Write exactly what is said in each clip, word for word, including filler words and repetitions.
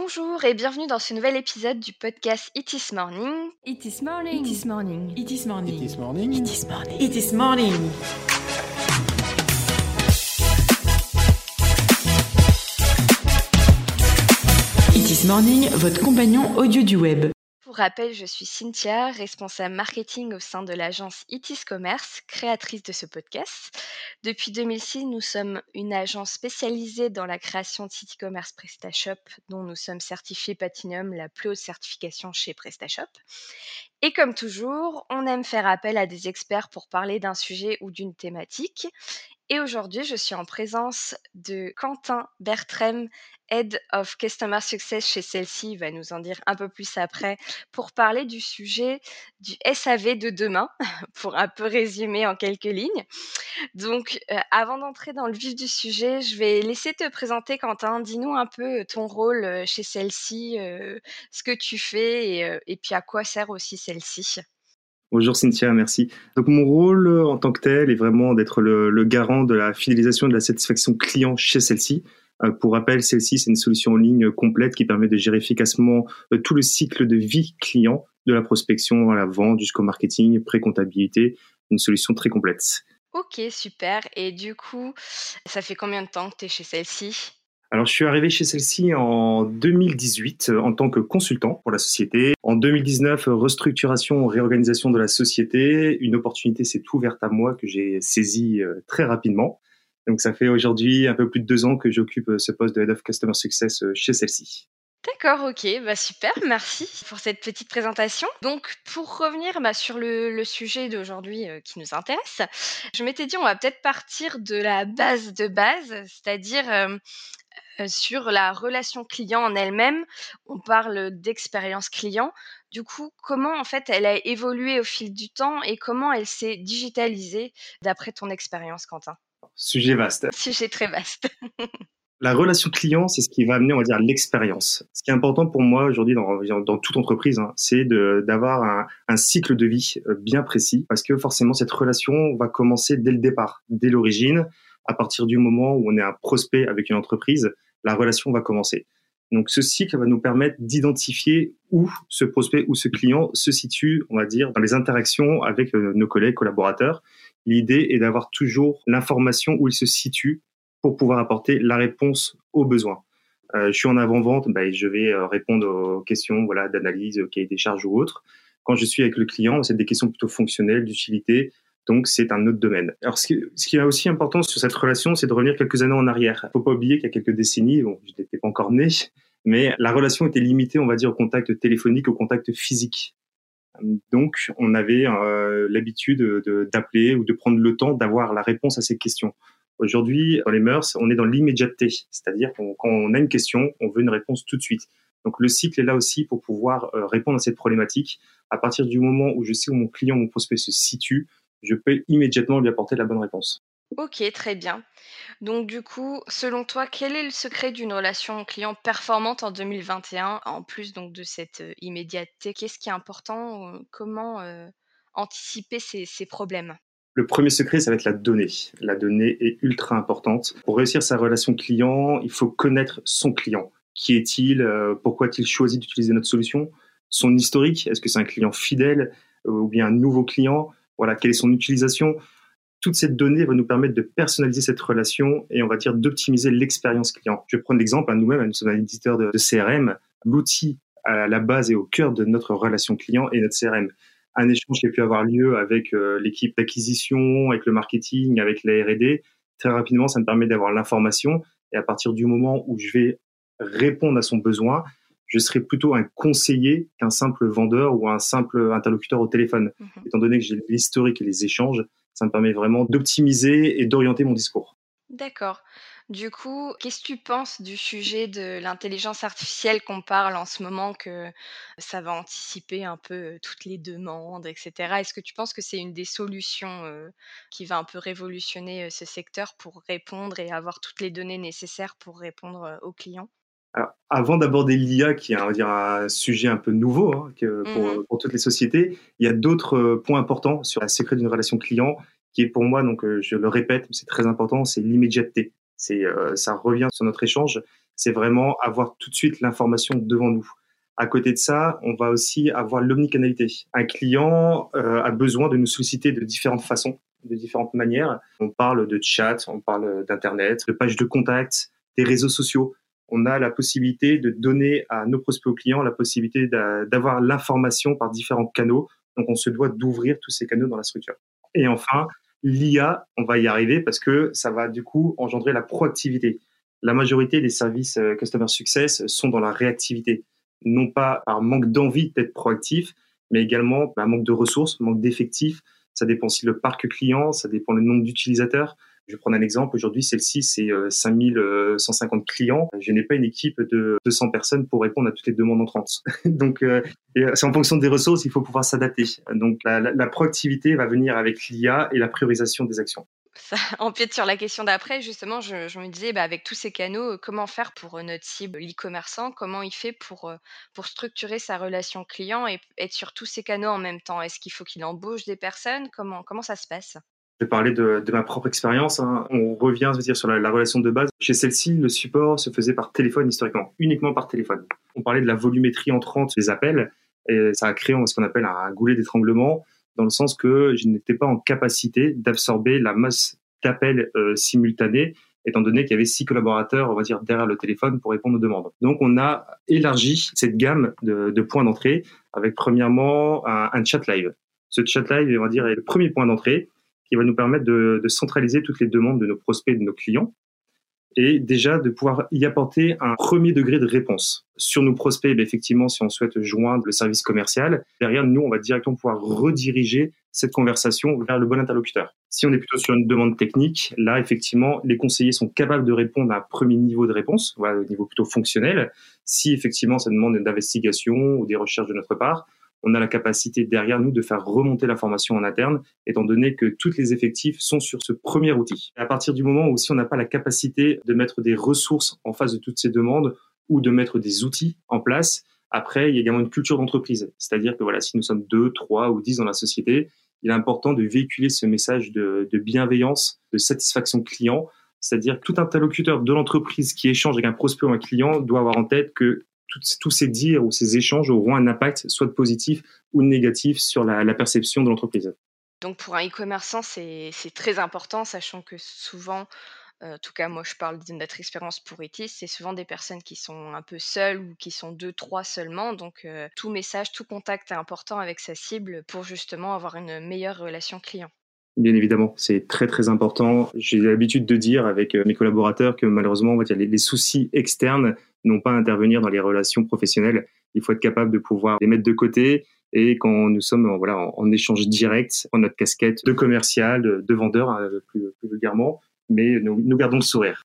Bonjour et bienvenue dans ce nouvel épisode du podcast It is Morning. It is morning. It is morning. It is morning. It is morning. It is morning. It is morning. It is morning, votre compagnon audio du web. Pour rappel, je suis Cynthia, responsable marketing au sein de l'agence It is Commerce, créatrice de ce podcast. Depuis deux mille six, nous sommes une agence spécialisée dans la création de sites e-commerce PrestaShop, dont nous sommes certifiés Platinum, la plus haute certification chez PrestaShop. Et comme toujours, on aime faire appel à des experts pour parler d'un sujet ou d'une thématique. Et aujourd'hui, je suis en présence de Quentin Bertrem, Head of Customer Success chez Celsy, il va nous en dire un peu plus après, pour parler du sujet du S A V de demain, pour un peu résumer en quelques lignes. Donc, euh, avant d'entrer dans le vif du sujet, je vais laisser te présenter, Quentin. Dis-nous un peu ton rôle euh, chez Celsy, euh, ce que tu fais et, euh, et puis à quoi sert aussi Celsy. Bonjour Cynthia, merci. Donc mon rôle euh, en tant que tel est vraiment d'être le, le garant de la fidélisation et de la satisfaction client chez Celsy. Euh, pour rappel, Celsy, c'est une solution en ligne complète qui permet de gérer efficacement euh, tout le cycle de vie client, de la prospection à la vente jusqu'au marketing, pré-comptabilité, une solution très complète. Ok, super. Et du coup, ça fait combien de temps que tu es chez Celsy ? Alors, je suis arrivé chez Celsy en deux mille dix-huit euh, en tant que consultant pour la société. En deux mille dix-neuf, restructuration, réorganisation de la société. Une opportunité s'est ouverte à moi que j'ai saisie euh, très rapidement. Donc, ça fait aujourd'hui un peu plus de deux ans que j'occupe ce poste de Head of Customer Success euh, chez Celsy. D'accord, ok, bah super, merci pour cette petite présentation. Donc, pour revenir bah, sur le, le sujet d'aujourd'hui euh, qui nous intéresse, je m'étais dit on va peut-être partir de la base de base, c'est-à-dire euh, euh, sur la relation client en elle-même. On parle d'expérience client. Du coup, comment en fait elle a évolué au fil du temps et comment elle s'est digitalisée d'après ton expérience, Quentin ? Sujet vaste. Sujet très vaste. La relation client, c'est ce qui va amener, on va dire, l'expérience. Ce qui est important pour moi aujourd'hui dans, dans toute entreprise, hein, c'est de, d'avoir un, un cycle de vie bien précis, parce que forcément, cette relation va commencer dès le départ, dès l'origine. À partir du moment où on est un prospect avec une entreprise, la relation va commencer. Donc, ce cycle va nous permettre d'identifier où ce prospect ou ce client se situe, on va dire, dans les interactions avec nos collègues, collaborateurs. L'idée est d'avoir toujours l'information où il se situe pour pouvoir apporter la réponse aux besoins. Euh, je suis en avant-vente, bah, je vais euh, répondre aux questions voilà, d'analyse, euh, cahier des charges ou autre. Quand je suis avec le client, c'est des questions plutôt fonctionnelles, d'utilité, donc c'est un autre domaine. Alors, ce qui, ce qui est aussi important sur cette relation, c'est de revenir quelques années en arrière. Il ne faut pas oublier qu'il y a quelques décennies, bon, je n'étais pas encore né, mais la relation était limitée, on va dire, au contact téléphonique, au contact physique. Donc, on avait euh, l'habitude de, d'appeler ou de prendre le temps d'avoir la réponse à ces questions. Aujourd'hui, dans les mœurs, on est dans l'immédiateté, c'est-à-dire qu'on, quand on a une question, on veut une réponse tout de suite. Donc le cycle est là aussi pour pouvoir euh, répondre à cette problématique. À partir du moment où je sais où mon client, mon prospect se situe, je peux immédiatement lui apporter la bonne réponse. Ok, très bien. Donc du coup, selon toi, quel est le secret d'une relation client performante en deux mille vingt et un, en plus donc de cette euh, immédiateté? Qu'est-ce qui est important? euh, Comment euh, anticiper ces, ces problèmes? Le premier secret, ça va être la donnée. La donnée est ultra importante. Pour réussir sa relation client, il faut connaître son client. Qui est-il? euh, Pourquoi a-t-il choisi d'utiliser notre solution? Son historique, est-ce que c'est un client fidèle euh, ou bien un nouveau client? Voilà, quelle est son utilisation? Toute cette donnée va nous permettre de personnaliser cette relation et on va dire d'optimiser l'expérience client. Je vais prendre l'exemple, hein, nous-mêmes, nous sommes un éditeur de, de C R M. L'outil à la base et au cœur de notre relation client est notre C R M. Un échange qui a pu avoir lieu avec euh, l'équipe d'acquisition, avec le marketing, avec la R et D. Très rapidement, ça me permet d'avoir l'information et à partir du moment où je vais répondre à son besoin, je serai plutôt un conseiller qu'un simple vendeur ou un simple interlocuteur au téléphone. Mmh. Étant donné que j'ai l'historique et les échanges, ça me permet vraiment d'optimiser et d'orienter mon discours. D'accord. Du coup, qu'est-ce que tu penses du sujet de l'intelligence artificielle qu'on parle en ce moment, que ça va anticiper un peu euh, toutes les demandes, et cetera. Est-ce que tu penses que c'est une des solutions euh, qui va un peu révolutionner euh, ce secteur pour répondre et avoir toutes les données nécessaires pour répondre euh, aux clients? Alors, avant d'aborder l'I A, qui est on va dire, un sujet un peu nouveau hein, que pour, Mhm. pour toutes les sociétés, il y a d'autres euh, points importants sur la secret d'une relation client, qui est pour moi, donc euh, je le répète, c'est très important, c'est l'immédiateté. C'est, euh, ça revient sur notre échange, C'est vraiment avoir tout de suite l'information devant nous. À côté de ça, on va aussi avoir l'omnicanalité. Un client euh, a besoin de nous solliciter de différentes façons, de différentes manières. On parle de chat, on parle d'internet, de pages de contact, des réseaux sociaux. On a la possibilité de donner à nos prospects aux clients la possibilité d'avoir l'information par différents canaux. Donc, on se doit d'ouvrir tous ces canaux dans la structure. Et enfin, l'I A, on va y arriver parce que ça va du coup engendrer la proactivité. La majorité des services euh, Customer Success sont dans la réactivité. Non pas par manque d'envie d'être proactif, mais également par manque de ressources, manque d'effectifs. Ça dépend aussi le parc client, ça dépend le nombre d'utilisateurs. Je vais prendre un exemple. Aujourd'hui, celle-ci, c'est cinq mille cent cinquante clients. Je n'ai pas une équipe de deux cents personnes pour répondre à toutes les demandes entrantes. Donc, euh, c'est en fonction des ressources, il faut pouvoir s'adapter. Donc, la, la, la proactivité va venir avec l'I A et la priorisation des actions. Ça empiète sur la question d'après. Justement, je je me disais, bah, avec tous ces canaux, heu, comment faire pour, heu, notre cible, l'e-commerçant? Comment il fait pour, heu, pour structurer sa relation client et p être sur tous ces canaux en même temps? Est-ce qu'il faut qu'il embauche des personnes? Comment comment ça se passe? Je vais parler de, de ma propre expérience. Hein. On revient, je veux dire, sur la, la relation de base. Chez celle-ci, le support se faisait par téléphone historiquement, uniquement par téléphone. On parlait de la volumétrie entrante des appels et ça a créé ce qu'on appelle un goulet d'étranglement dans le sens que je n'étais pas en capacité d'absorber la masse d'appels euh, simultanés étant donné qu'il y avait six collaborateurs, on va dire, derrière le téléphone pour répondre aux demandes. Donc, on a élargi cette gamme de, de points d'entrée avec, premièrement, un, un chat live. Ce chat live, on va dire, est le premier point d'entrée qui va nous permettre de, de centraliser toutes les demandes de nos prospects, de nos clients, et déjà de pouvoir y apporter un premier degré de réponse. Sur nos prospects, bien effectivement, si on souhaite joindre le service commercial, derrière nous, on va directement pouvoir rediriger cette conversation vers le bon interlocuteur. Si on est plutôt sur une demande technique, là, effectivement, les conseillers sont capables de répondre à un premier niveau de réponse, voilà, au niveau plutôt fonctionnel. Si effectivement, ça demande une investigation ou des recherches de notre part, on a la capacité derrière nous de faire remonter l'information en interne, étant donné que tous les effectifs sont sur ce premier outil. À partir du moment où si on n'a pas la capacité de mettre des ressources en face de toutes ces demandes ou de mettre des outils en place, après, il y a également une culture d'entreprise. C'est-à-dire que voilà, si nous sommes deux, trois ou dix dans la société, il est important de véhiculer ce message de, de bienveillance, de satisfaction client. C'est-à-dire que tout interlocuteur de l'entreprise qui échange avec un prospect ou un client doit avoir en tête que tous ces dires ou ces échanges auront un impact soit positif ou négatif sur la, la perception de l'entreprise. Donc pour un e-commerçant, c'est c'est très important, sachant que souvent, heu, en tout cas moi je parle de notre expérience pour Itis, c'est souvent des personnes qui sont un peu seules ou qui sont deux, trois seulement. Donc heu, tout message, tout contact est important avec sa cible pour justement avoir une meilleure relation client. Bien évidemment, c'est très très important. J'ai l'habitude de dire avec mes collaborateurs que malheureusement, on va dire, les, les soucis externes n'ont pas à intervenir dans les relations professionnelles. Il faut être capable de pouvoir les mettre de côté et quand nous sommes voilà, en, en échange direct, prendre notre casquette de commercial, de, de vendeur hein, plus, plus vulgairement, mais nous, nous gardons le sourire.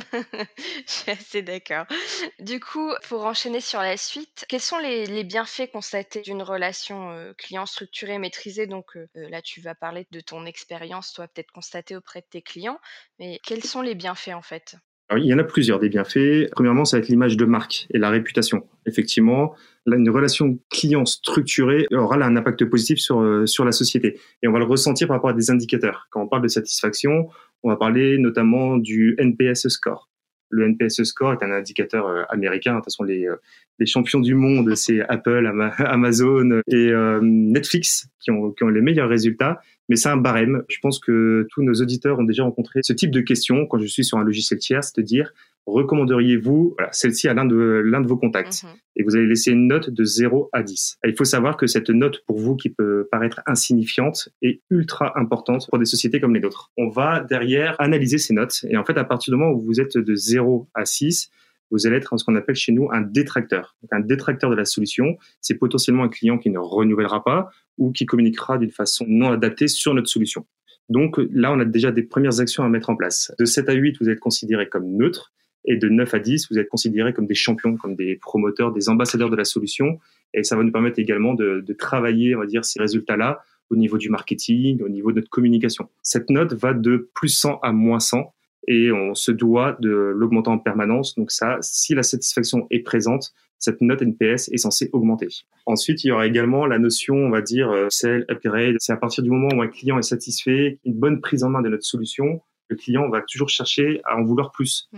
Je suis assez d'accord. Du coup, pour enchaîner sur la suite, quels sont les les bienfaits constatés d'une relation, heu, client structurée, maîtrisée? Donc, heu, heu, là, tu vas parler de ton expérience, toi, peut-être constatée auprès de tes clients, mais quels sont les bienfaits, en fait? Alors, il y en a plusieurs des bienfaits. Premièrement, ça va être l'image de marque et la réputation. Effectivement, là, une relation client structurée aura là, un impact positif sur, euh, sur la société. Et on va le ressentir par rapport à des indicateurs. Quand on parle de satisfaction, on va parler notamment du N P S score. Le N P S score est un indicateur euh, américain. De toute façon, les, euh, les champions du monde, c'est Apple, Ama- Amazon et euh, Netflix qui ont, qui ont les meilleurs résultats. Mais c'est un barème. Je pense que tous nos auditeurs ont déjà rencontré ce type de questions quand je suis sur un logiciel tiers, c'est-à-dire recommanderiez-vous voilà, celle-ci à l'un de, l'un de vos contacts Mmh. et vous allez laisser une note de zéro à dix. Et il faut savoir que cette note, pour vous, qui peut paraître insignifiante, est ultra importante pour des sociétés comme les nôtres. On va derrière analyser ces notes et en fait, à partir du moment où vous êtes de zéro à six, vous allez être ce qu'on appelle chez nous un détracteur. Donc, un détracteur de la solution, c'est potentiellement un client qui ne renouvellera pas ou qui communiquera d'une façon non adaptée sur notre solution. Donc là, on a déjà des premières actions à mettre en place. De sept à huit, vous êtes considéré comme neutre et de neuf à dix, vous êtes considérés comme des champions, comme des promoteurs, des ambassadeurs de la solution. Et ça va nous permettre également de, de travailler, on va dire, ces résultats-là au niveau du marketing, au niveau de notre communication. Cette note va de plus cent à moins cent et on se doit de l'augmenter en permanence. Donc ça, si la satisfaction est présente, cette note N P S est censée augmenter. Ensuite, il y aura également la notion, on va dire, sell, upgrade. C'est à partir du moment où un client est satisfait, une bonne prise en main de notre solution, le client va toujours chercher à en vouloir plus. Mmh.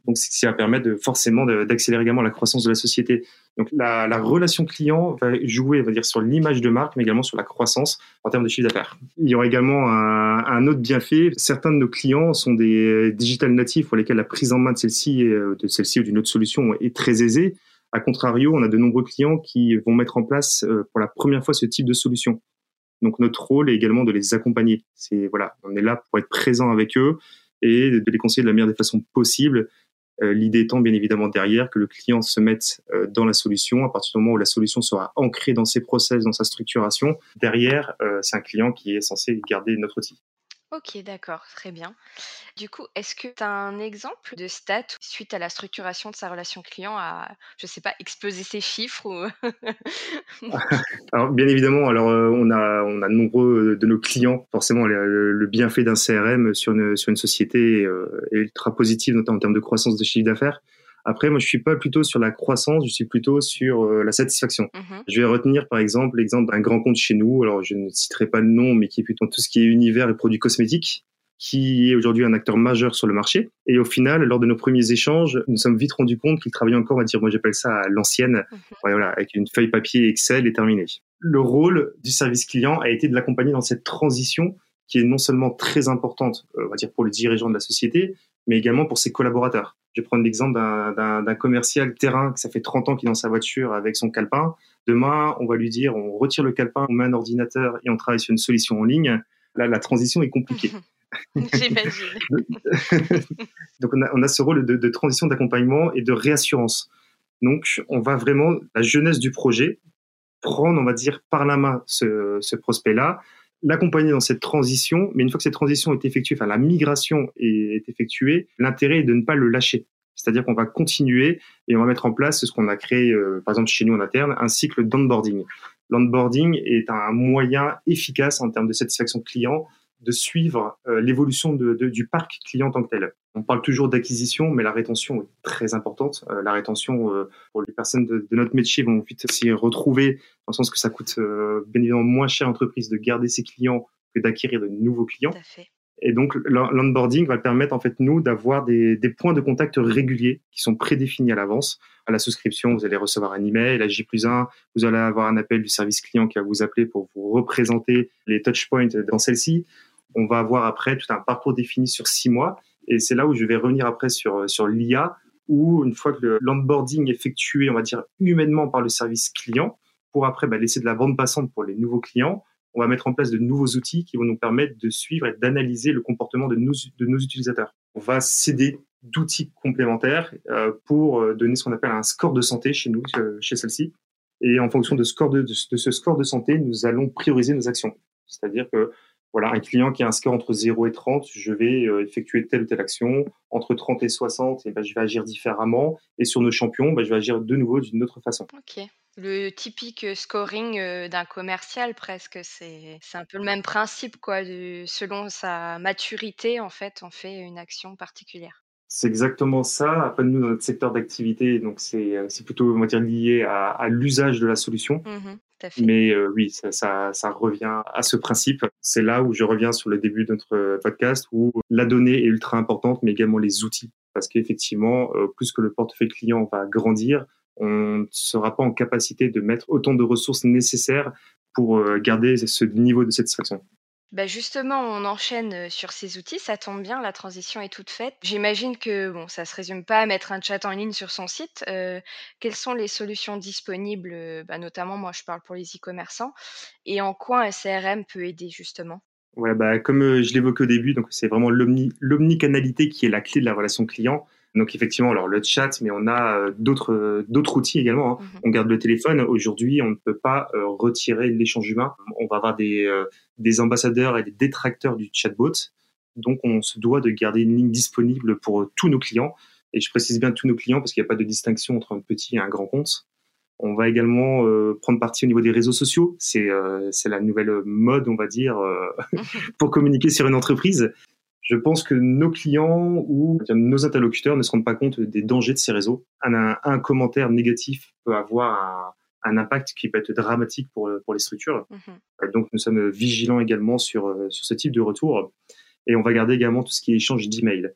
Donc, c'est ce qui va permettre de, forcément de, d'accélérer également la croissance de la société. Donc, la, la relation client va jouer, on va dire, sur l'image de marque, mais également sur la croissance en termes de chiffre d'affaires. Il y aura également un, un autre bienfait. Certains de nos clients sont des digital natifs pour lesquels la prise en main de celle-ci, de celle-ci ou d'une autre solution est très aisée. A contrario, on a de nombreux clients qui vont mettre en place pour la première fois ce type de solution. Donc, notre rôle est également de les accompagner. C'est, voilà, on est là pour être présent avec eux et de les conseiller de la meilleure des façons possibles. Euh, l'idée étant bien évidemment derrière que le client se mette euh, dans la solution à partir du moment où la solution sera ancrée dans ses process, dans sa structuration. Derrière, euh, c'est un client qui est censé garder notre outil. OK, d'accord, très bien. Du coup, est-ce que tu as un exemple de stat où, suite à la structuration de sa relation client, a, je sais pas, explosé ses chiffres ou Alors bien évidemment, alors euh, on a on a nombreux de nos clients, forcément le, le bienfait d'un C R M sur une sur une société euh, est ultra positif, notamment en termes de croissance de chiffre d'affaires. Après, moi, je suis pas plutôt sur la croissance, je suis plutôt sur euh, la satisfaction. Mmh. Je vais retenir, par exemple, l'exemple d'un grand compte chez nous. Alors, je ne citerai pas le nom, mais qui est plutôt tout ce qui est univers et produits cosmétiques, qui est aujourd'hui un acteur majeur sur le marché. Et au final, lors de nos premiers échanges, nous sommes vite rendus compte qu'il travaillait encore, on va dire, moi, j'appelle ça à l'ancienne, Mmh. voilà, avec une feuille papier Excel et terminé. Le rôle du service client a été de l'accompagner dans cette transition qui est non seulement très importante, euh, on va dire, pour le dirigeant de la société, mais également pour ses collaborateurs. Je vais prendre l'exemple d'un, d'un, d'un commercial terrain que ça fait trente ans qu'il est dans sa voiture avec son calepin. Demain, on va lui dire, on retire le calepin, on met un ordinateur et on travaille sur une solution en ligne. Là, la transition est compliquée. J'imagine. Donc, on a, on a ce rôle de, de transition, d'accompagnement et de réassurance. Donc, on va vraiment, la jeunesse du projet, prendre, on va dire, par la main ce, ce prospect-là, l'accompagner dans cette transition, mais une fois que cette transition est effectuée, enfin la migration est, est effectuée, l'intérêt est de ne pas le lâcher. C'est-à-dire qu'on va continuer et on va mettre en place ce qu'on a créé, euh, par exemple chez nous en interne, un cycle d'onboarding. L'onboarding est un moyen efficace en termes de satisfaction client de suivre euh, l'évolution de, de, du parc client en tant que tel. On parle toujours d'acquisition, mais la rétention est très importante. Euh, la rétention, euh, pour les personnes de, de notre métier, vont vite s'y retrouver, dans le sens que ça coûte euh, bien évidemment moins cher à l'entreprise de garder ses clients que d'acquérir de nouveaux clients. Tout à fait. Et donc, l'onboarding va permettre, en fait, nous, d'avoir des, des points de contact réguliers qui sont prédéfinis à l'avance. À la souscription, vous allez recevoir un email. À J plus un, vous allez avoir un appel du service client qui va vous appeler pour vous représenter les touchpoints dans celle-ci. On va avoir après tout un parcours défini sur six mois. Et c'est là où je vais revenir après sur, sur l'I A, où une fois que le, l'onboarding est effectué, on va dire, humainement par le service client, pour après bah, laisser de la bande passante pour les nouveaux clients, on va mettre en place de nouveaux outils qui vont nous permettre de suivre et d'analyser le comportement de nos, de nos utilisateurs. On va s'aider d'outils complémentaires euh, pour donner ce qu'on appelle un score de santé chez nous, chez celle-ci. Et en fonction de, score de, de, de ce score de santé, nous allons prioriser nos actions. C'est-à-dire que voilà, un client qui a un score entre zéro et trente, je vais euh, effectuer telle ou telle action. Entre trente et soixante, et ben, je vais agir différemment. Et sur nos champions, ben, je vais agir de nouveau d'une autre façon. OK. Le typique, heu, scoring, heu, d'un commercial presque, c'est c'est un peu le même principe quoi, de selon sa maturité en fait, on fait une action particulière. C'est exactement ça. Après, nous, dans notre secteur d'activité, donc c'est, euh, c'est plutôt, on va dire, lié à, à l'usage de la solution. Mmh. Tout à fait. Mais euh, oui, ça, ça, ça revient à ce principe. C'est là où je reviens sur le début de notre podcast, où la donnée est ultra importante, mais également les outils. Parce qu'effectivement, euh, plus que le portefeuille client va grandir, on ne sera pas en capacité de mettre autant de ressources nécessaires pour euh, garder ce niveau de satisfaction. Bah, justement, on enchaîne, heu, sur ces outils, ça tombe bien, la transition est toute faite. J'imagine que bon, ça se résume pas à mettre un chat en ligne sur son site. Heu, quelles sont les solutions disponibles, heu, bah, notamment moi je parle pour les e-commerçants et en quoi un C R M peut aider justement? Ouais, bah, comme euh, je l'évoquais au début, donc c'est vraiment l'omni, l'omnicanalité qui est la clé de la relation client. Donc effectivement, alors le chat, mais on a euh, d'autres euh, d'autres outils également. Hein. Mmh. On garde le téléphone. Aujourd'hui, on ne peut pas euh, retirer l'échange humain. On va avoir des euh, des ambassadeurs et des détracteurs du chatbot. Donc on se doit de garder une ligne disponible pour euh, tous nos clients. Et je précise bien tous nos clients parce qu'il n'y a pas de distinction entre un petit et un grand compte. On va également euh, prendre parti au niveau des réseaux sociaux. C'est euh, c'est la nouvelle mode, on va dire, euh, pour communiquer sur une entreprise. Je pense que nos clients ou nos interlocuteurs ne se rendent pas compte des dangers de ces réseaux. Un, un commentaire négatif peut avoir un, un impact qui peut être dramatique pour, pour les structures. Mmh. Donc nous sommes vigilants également sur, sur ce type de retour. Et on va garder également tout ce qui est échange d'emails.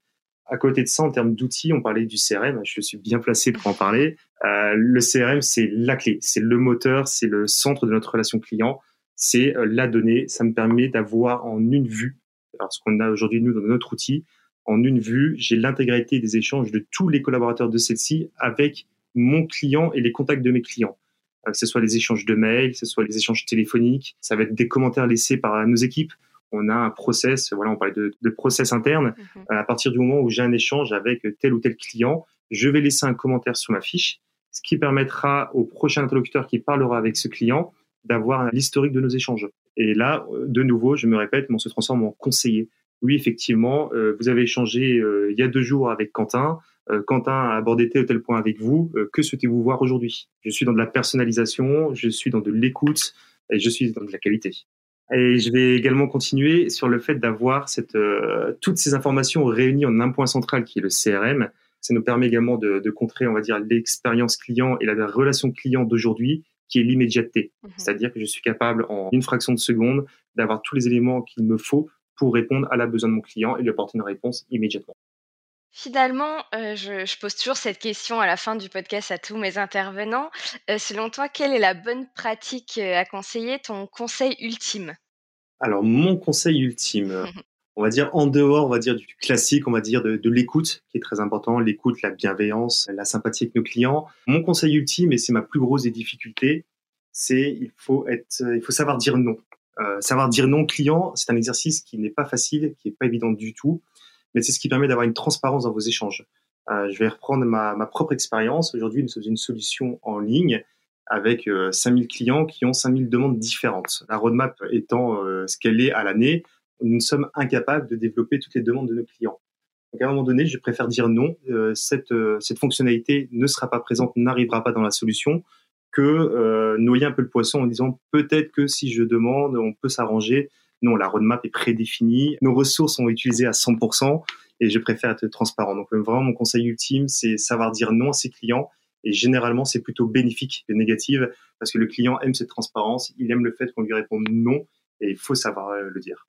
À côté de ça, en termes d'outils, on parlait du C R M. Je suis bien placé pour en parler. Euh, le C R M, c'est la clé, c'est le moteur, c'est le centre de notre relation client. C'est euh, la donnée. Ça me permet d'avoir en une vue, alors ce qu'on a aujourd'hui nous dans notre outil, en une vue, j'ai l'intégralité des échanges de tous les collaborateurs de celle-ci avec mon client et les contacts de mes clients. Euh, que ce soit les échanges de mails, que ce soit les échanges téléphoniques, ça va être des commentaires laissés par nos équipes. On a un process, voilà, on parlait de, de process interne. Mm-hmm. À partir du moment où j'ai un échange avec tel ou tel client, je vais laisser un commentaire sur ma fiche, ce qui permettra au prochain interlocuteur qui parlera avec ce client d'avoir l'historique de nos échanges. Et là, de nouveau, je me répète, mais on se transforme en conseiller. Oui, effectivement, euh, vous avez échangé euh, il y a deux jours avec Quentin. Euh, Quentin a abordé tel ou tel point avec vous. Euh, que souhaitez-vous voir aujourd'hui ? Je suis dans de la personnalisation, je suis dans de l'écoute et je suis dans de la qualité. Et je vais également continuer sur le fait d'avoir cette, euh, toutes ces informations réunies en un point central qui est le C R M. Ça nous permet également de, de contrer, on va dire, l'expérience client et la relation client d'aujourd'hui qui est l'immédiateté. Mmh. C'est-à-dire que je suis capable en une fraction de seconde d'avoir tous les éléments qu'il me faut pour répondre à la besoin de mon client et lui apporter une réponse immédiatement. Finalement, euh, je, je pose toujours cette question à la fin du podcast à tous mes intervenants. Euh, selon toi, quelle est la bonne pratique à conseiller, ton conseil ultime ? Alors, mon conseil ultime, on va dire en dehors, on va dire du classique, on va dire de, de l'écoute, qui est très important, l'écoute, la bienveillance, la sympathie avec nos clients. Mon conseil ultime, et c'est ma plus grosse des difficultés, c'est il faut être, il faut savoir dire non. Euh, savoir dire non client, c'est un exercice qui n'est pas facile, qui n'est pas évident du tout, mais c'est ce qui permet d'avoir une transparence dans vos échanges. Euh, je vais reprendre ma, ma propre expérience. Aujourd'hui, nous sommes une solution en ligne avec euh, cinq mille clients qui ont cinq mille demandes différentes. La roadmap étant euh, ce qu'elle est à l'année, nous sommes incapables de développer toutes les demandes de nos clients. Donc à un moment donné, je préfère dire non. Euh, cette, euh, cette fonctionnalité ne sera pas présente, n'arrivera pas dans la solution, que euh, noyer un peu le poisson en disant peut-être que si je demande, on peut s'arranger. Non, la roadmap est prédéfinie, nos ressources sont utilisées à cent pour cent et je préfère être transparent. Donc vraiment, mon conseil ultime, c'est savoir dire non à ses clients. Et généralement, c'est plutôt bénéfique que négatif parce que le client aime cette transparence, il aime le fait qu'on lui réponde non et il faut savoir le dire.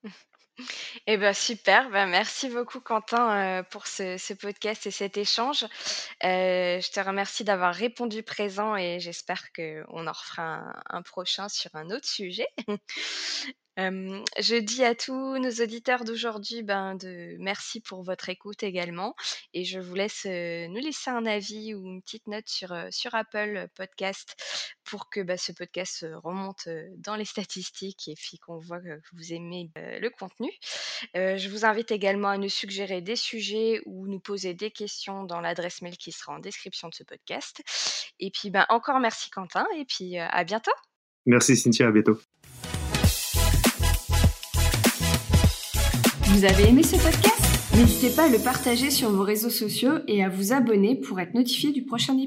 Eh ben super, ben merci beaucoup Quentin euh, pour ce, ce podcast et cet échange. Euh, je te remercie d'avoir répondu présent et j'espère qu'on en refera un, un prochain sur un autre sujet. Euh, je dis à tous nos auditeurs d'aujourd'hui ben, de merci pour votre écoute également et je vous laisse euh, nous laisser un avis ou une petite note sur, euh, sur Apple Podcast pour que bah, ce podcast euh, remonte euh, dans les statistiques et puis qu'on voit que vous aimez euh, le contenu. Euh, je vous invite également à nous suggérer des sujets ou nous poser des questions dans l'adresse mail qui sera en description de ce podcast. Et puis ben, encore merci Quentin et puis euh, à bientôt. Merci Cynthia, à bientôt. Vous avez aimé ce podcast ? N'hésitez pas à le partager sur vos réseaux sociaux et à vous abonner pour être notifié du prochain épisode.